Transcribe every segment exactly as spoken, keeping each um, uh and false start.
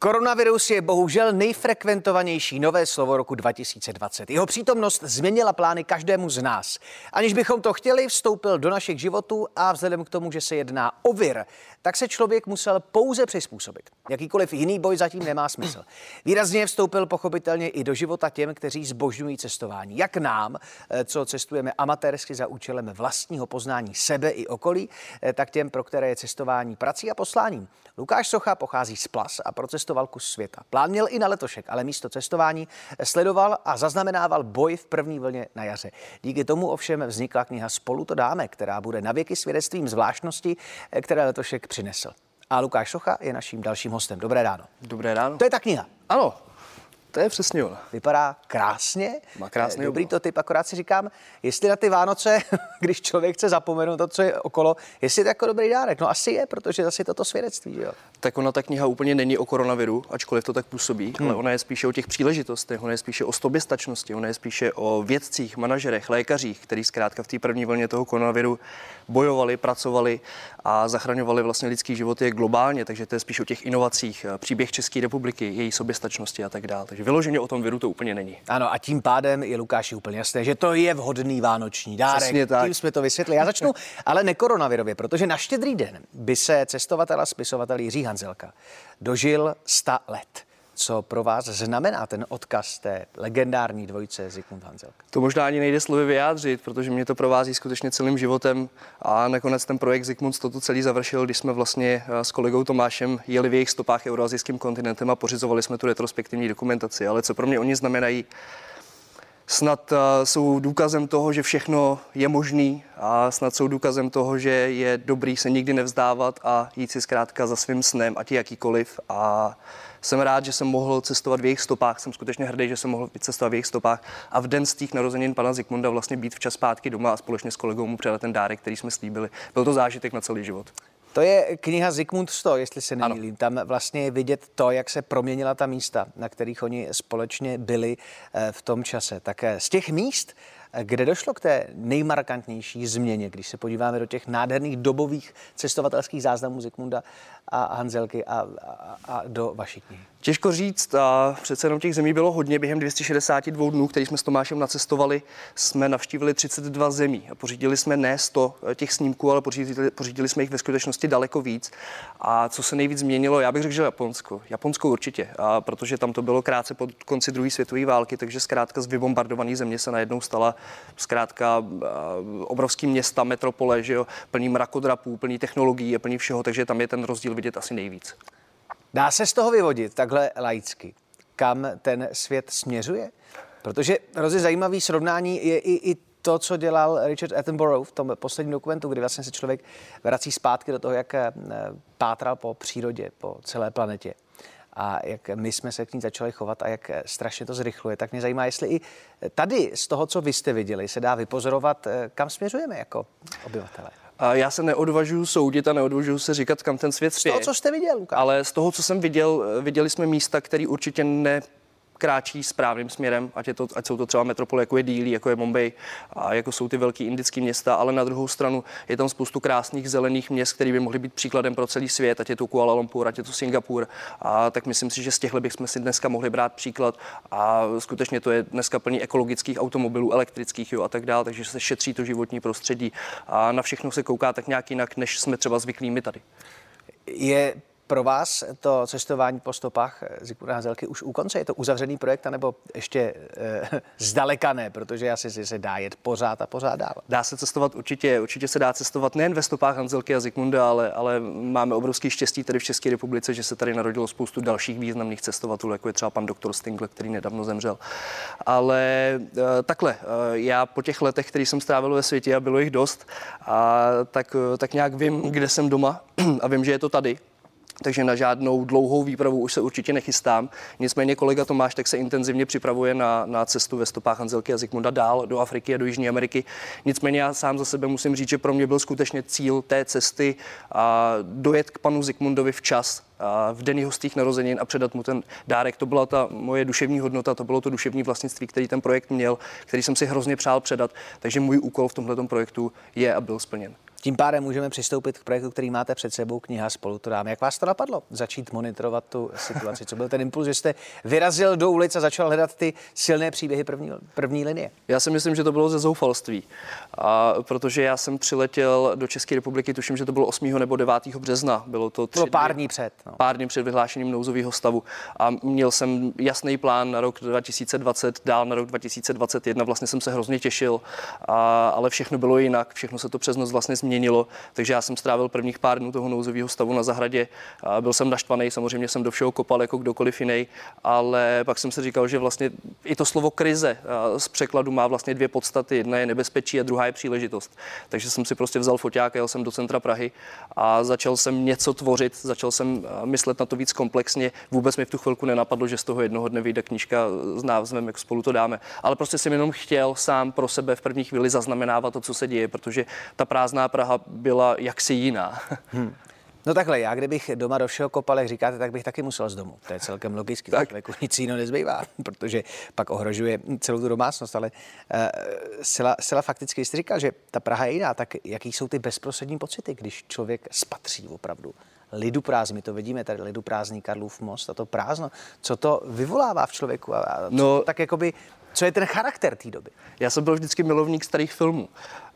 Koronavirus je bohužel nejfrekventovanější nové slovo roku dva tisíce dvacet. Jeho přítomnost změnila plány každému z nás. Aniž bychom to chtěli, vstoupil do našich životů a vzhledem k tomu, že se jedná o vir, tak se člověk musel pouze přizpůsobit. Jakýkoliv jiný boj zatím nemá smysl. Výrazně vstoupil pochopitelně i do života těm, kteří zbožňují cestování. Jak nám, co cestujeme amatérsky za účelem vlastního poznání sebe i okolí, tak těm, pro které je cestování prací a posláním. Lukáš Socha pochází z Plas a procestoval kus světa. Plán měl i na letošek, ale místo cestování sledoval a zaznamenával boj v první vlně na jaře. Díky tomu ovšem vznikla kniha Spolu to dáme, která bude navěky svědectvím zvláštnosti, které letošek přinesl. A Lukáš Socha je naším dalším hostem. Dobré ráno. Dobré ráno. To je ta kniha. Ano, to je přesně ono. Vypadá krásně. Má krásný Dobrý obal. to typ, akorát si říkám, jestli na ty Vánoce, když člověk chce zapomenout to, co je okolo, jestli je to jako dobrý dárek. No asi je, protože zase je toto svědectví, že jo. Tak ona ta kniha úplně není o koronaviru, ačkoliv to tak působí, hmm. ale ona je spíše o těch příležitostech, ona je spíše o soběstačnosti, ona je spíše o vědcích, manažerech, lékařích, kteří zkrátka v té první vlně toho koronaviru bojovali, pracovali a zachraňovali vlastně lidský životy globálně, takže to je spíš o těch inovacích, příběh České republiky, její soběstačnosti a tak dále. Takže vyloženě o tom viru to úplně není. Ano, a tím pádem je Lukáši úplně jasné, že to je vhodný vánoční dárek. Tím jsme to vysvětlili. Já začnu ale nekoronavirově, protože na Štědrý den by se cestovatel a spisovatel Jiří Hanzelka dožil sta let. Co pro vás znamená ten odkaz té legendární dvojice Zikmund Hanzelka? To možná ani nejde slovy vyjádřit, protože mě to provází skutečně celým životem a nakonec ten projekt Zikmund to tu celý završil, když jsme vlastně s kolegou Tomášem jeli v jejich stopách euroazijským kontinentem a pořizovali jsme tu retrospektivní dokumentaci. Ale co pro mě oni znamenají, snad jsou důkazem toho, že všechno je možný a snad jsou důkazem toho, že je dobrý se nikdy nevzdávat a jít si zkrátka za svým snem, ať je jakýkoliv. A jsem rád, že jsem mohl cestovat v jejich stopách, jsem skutečně hrdý, že jsem mohl cestovat v jejich stopách a v den z těch narozenin pana Zikmunda vlastně být včas zpátky doma a společně s kolegou mu předat ten dárek, který jsme slíbili. Byl to zážitek na celý život. To je kniha Zikmund sto, jestli se nemýlím. Tam vlastně je vidět to, jak se proměnila ta místa, na kterých oni společně byli v tom čase. Tak z těch míst, kde došlo k té nejmarkantnější změně, když se podíváme do těch nádherných dobových cestovatelských záznamů Zikmunda a Hanzelky a, a, a do vaší knihy? Těžko říct, a přece jenom těch zemí bylo hodně. Během dvě stě šedesát dva dnů, který jsme s Tomášem nacestovali, jsme navštívili třicet dva zemí a pořídili jsme ne sto těch snímků, ale pořídili, pořídili jsme jich ve skutečnosti daleko víc. A co se nejvíc změnilo, já bych řekl, že Japonsko. Japonsko určitě, a protože tam to bylo krátce po konci druhé světové války, takže zkrátka z vybombardované země se najednou stala zkrátka obrovský města, metropole, že jo, plný mrakodrapů, plný technologií a plný všeho, takže tam je ten rozdíl vidět asi nejvíc. Dá se z toho vyvodit takhle laicky, kam ten svět směřuje? Protože hrozně zajímavý srovnání je i, i to, co dělal Richard Attenborough v tom posledním dokumentu, kdy vlastně se člověk vrací zpátky do toho, jak pátral po přírodě, po celé planetě. A jak my jsme se k ní začali chovat a jak strašně to zrychluje, tak mě zajímá, jestli i tady z toho, co vy jste viděli, se dá vypozorovat, kam směřujeme jako obyvatelé. Já se neodvažuji soudit a neodvažuji se říkat, kam ten svět spěje. Z toho, co jste viděl, Lukáš? Ale z toho, co jsem viděl, viděli jsme místa, které určitě ne kráčí správným směrem, ať, je to, ať jsou to třeba metropole, jako je Dili, jako je Bombay, a jako jsou ty velké indické města, ale na druhou stranu je tam spoustu krásných zelených měst, které by mohly být příkladem pro celý svět, ať je to Kuala Lumpur, ať je to Singapur. A tak myslím si, že z těchhle bychom si dneska mohli brát příklad a skutečně to je dneska plný ekologických automobilů, elektrických, jo, a tak dále, takže se šetří to životní prostředí a na všechno se kouká tak nějak jinak, než jsme třeba zvyklí my tady. Je pro vás to cestování po stopách Zikmunda Hanzelky už u konce? Je to uzavřený projekt, anebo ještě eh, zdaleka ne? Protože asi si se dá jet pořád a pořád dál. Dá se cestovat určitě, určitě se dá cestovat nejen ve stopách Hanzelky a Zikmunda, ale, ale máme obrovský štěstí tady v České republice, že se tady narodilo spoustu dalších významných cestovatelů, jako je třeba pan doktor Stingl, který nedávno zemřel. Ale eh, takhle, eh, já po těch letech, který jsem strávil ve světě a bylo jich dost, a tak, tak nějak vím, kde jsem doma a vím, že je to tady. Takže na žádnou dlouhou výpravu už se určitě nechystám. Nicméně kolega Tomáš tak se intenzivně připravuje na, na cestu ve stopách Hanzelky a Zikmunda dál do Afriky a do Jižní Ameriky. Nicméně já sám za sebe musím říct, že pro mě byl skutečně cíl té cesty a dojet k panu Zikmundovi včas a v den jeho stých narozenin a předat mu ten dárek. To byla ta moje duševní hodnota, to bylo to duševní vlastnictví, který ten projekt měl, který jsem si hrozně přál předat. Takže můj úkol v tomhletom projektu je a byl splněn. Tím pádem můžeme přistoupit k projektu, který máte před sebou, kniha Spolu to dáme. Jak vás to napadlo začít monitorovat tu situaci? Co byl ten impuls, že jste vyrazil do ulic a začal hledat ty silné příběhy první, první linie? Já si myslím, že to bylo ze zoufalství, a protože já jsem přiletěl do České republiky, tuším, že to bylo osmého nebo devátého března. Bylo to tři bylo pár dní před. No. Pár dní před vyhlášením nouzového stavu. A měl jsem jasný plán na rok dva tisíce dvacet, dál na rok dva tisíce dvacet jedna. Vlastně jsem se hrozně těšil, a, ale všechno bylo jinak, všechno se to přes noc vlastně změnilo. Takže já jsem strávil prvních pár dnů toho nouzového stavu na zahradě. A byl jsem naštvaný, samozřejmě jsem do všeho kopal jako kdokoliv jiný, ale pak jsem si říkal, že vlastně i to slovo krize z překladu má vlastně dvě podstaty. Jedna je nebezpečí a druhá je příležitost. Takže jsem si prostě vzal foťák, jel jsem do centra Prahy a začal jsem něco tvořit, začal jsem myslet na to víc komplexně. Vůbec mi v tu chvilku nenapadlo, že z toho jednoho dne vyjde knížka s názvem Jak spolu to dáme. Ale prostě jsem jenom chtěl sám pro sebe v první chvíli zaznamenávat to, co se děje, protože ta prázdná Praha byla jaksi jiná. Hmm. No takhle, já kdybych doma do všeho kopal, jak říkáte, tak bych taky musel z domu. To je celkem logicky, tak člověku nic jiného nezbývá, protože pak ohrožuje celou tu domácnost, ale uh, sila, sila fakticky, jste říkal, že ta Praha je jiná, tak jaký jsou ty bezprostřední pocity, když člověk spatří opravdu lidu prázdný, my to vidíme tady, lidu prázdný Karlův most a to prázdno, co to vyvolává v člověku a, a no, tak jakoby, co je ten charakter té doby? Já jsem byl vždycky milovník starých filmů.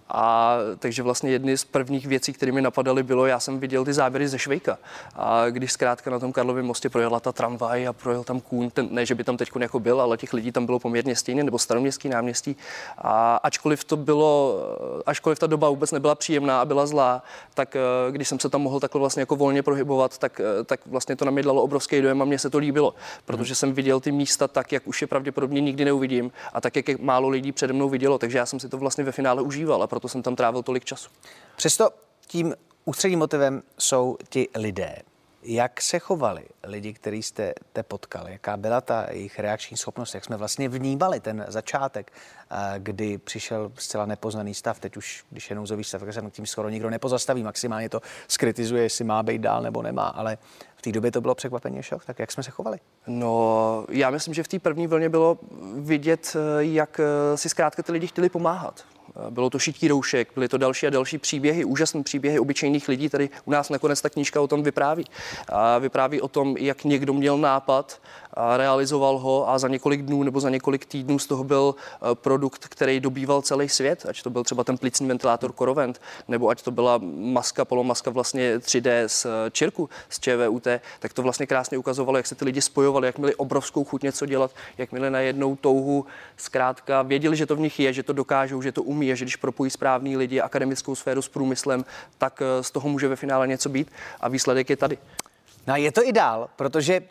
A takže vlastně jedny z prvních věcí, které mi napadaly, bylo, já jsem viděl ty záběry ze Švejka. A když zkrátka na tom Karlově mostě projela ta tramvaj a projel tam kůň, ten, ne, že by tam teď jako byl, ale těch lidí tam bylo poměrně stejně, nebo Staroměstský náměstí. A ačkoliv to bylo, ačkoliv ta doba vůbec nebyla příjemná a byla zlá, tak když jsem se tam mohl takhle vlastně jako volně prohybovat, tak, tak vlastně to na mě dalo obrovský dojem a mně se to líbilo, protože jsem viděl ty místa tak, jak už je pravděpodobně nikdy neuvidím a tak, jak je málo lidí přede mnou vidělo, takže já jsem si to vlastně ve finále užíval a proto jsem tam trávil tolik času. Přesto tím ústředním motivem jsou ti lidé. Jak se chovali lidi, který jste te potkali? Jaká byla ta jejich reakční schopnost? Jak jsme vlastně vnímali ten začátek, kdy přišel zcela nepoznaný stav? Teď už, když je nouzový stav, tak se tím skoro nikdo nepozastaví. Maximálně to skritizuje, jestli má být dál nebo nemá, ale v té době to bylo překvapení, šok. Tak jak jsme se chovali? No, já myslím, že v té první vlně bylo vidět, jak si zkrátka ty lidi chtěli pomáhat. Bylo to šití roušek, byly to další a další příběhy, úžasné příběhy obyčejných lidí. Tady u nás nakonec ta knížka o tom vypráví. A vypráví o tom, jak někdo měl nápad, a realizoval ho a za několik dnů nebo za několik týdnů z toho byl produkt, který dobýval celý svět, ať to byl třeba ten plicní ventilátor Corovent, nebo ať to byla maska, polomaska vlastně tři dé z Čirku, z ČVUT, tak to vlastně krásně ukazovalo, jak se ty lidi spojovali, jak měli obrovskou chuť něco dělat, jak měli najednou touhu, zkrátka věděli, že to v nich je, že to dokážou, že to umí, a že když propojí správný lidi, akademickou sféru s průmyslem, tak z toho může ve finále něco být a výsledek je tady. No a je to i dál, protože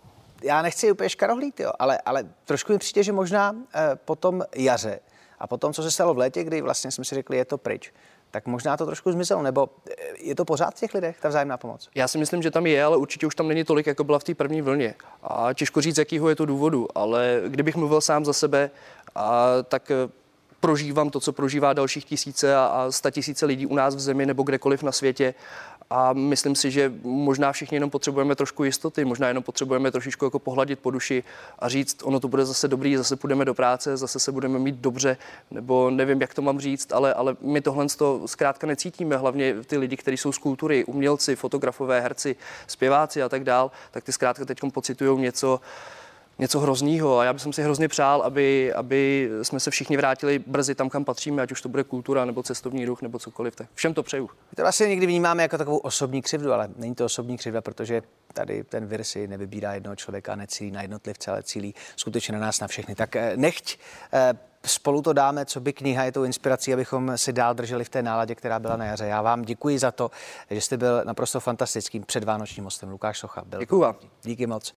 já nechci úplně škarohlít, jo, ale, ale trošku mi přijde, že možná eh, po tom jaře a potom, co se stalo v létě, kdy vlastně jsme si řekli, je to pryč, tak možná to trošku zmizelo, nebo je to pořád v těch lidech, ta vzájemná pomoc? Já si myslím, že tam je, ale určitě už tam není tolik, jako byla v té první vlně. A těžko říct, jakýho je to důvodu, ale kdybych mluvil sám za sebe, a, tak prožívám to, co prožívá dalších tisíce a, a sta tisíce lidí u nás v zemi nebo kdekoliv na světě. A myslím si, že možná všichni jenom potřebujeme trošku jistoty, možná jenom potřebujeme trošičku jako pohladit po duši a říct, ono to bude zase dobrý, zase půjdeme do práce, zase se budeme mít dobře, nebo nevím, jak to mám říct, ale, ale my tohle to zkrátka necítíme, hlavně ty lidi, kteří jsou z kultury, umělci, fotografové, herci, zpěváci a tak dál, tak ty zkrátka teď pociťují něco, něco hroznýho a já bych si hrozně přál, aby, aby jsme se všichni vrátili brzy tam, kam patříme, ať už to bude kultura nebo cestovní ruch nebo cokoliv. Tak všem to přeju. My to vlastně někdy vnímáme jako takovou osobní křivdu, ale není to osobní křivda, protože tady ten vir si nevybírá jednoho člověka, necílí na jednotlivce, ale cílí skutečně na nás, na všechny. Tak nechť Spolu to dáme, co by kniha je tou inspirací, abychom si dál drželi v té náladě, která byla na jaře. Já vám děkuji za to, že jste byl naprosto fantastickým předvánočním hostem. Lukáš Socha byl. Děkuji vám. Díky moc.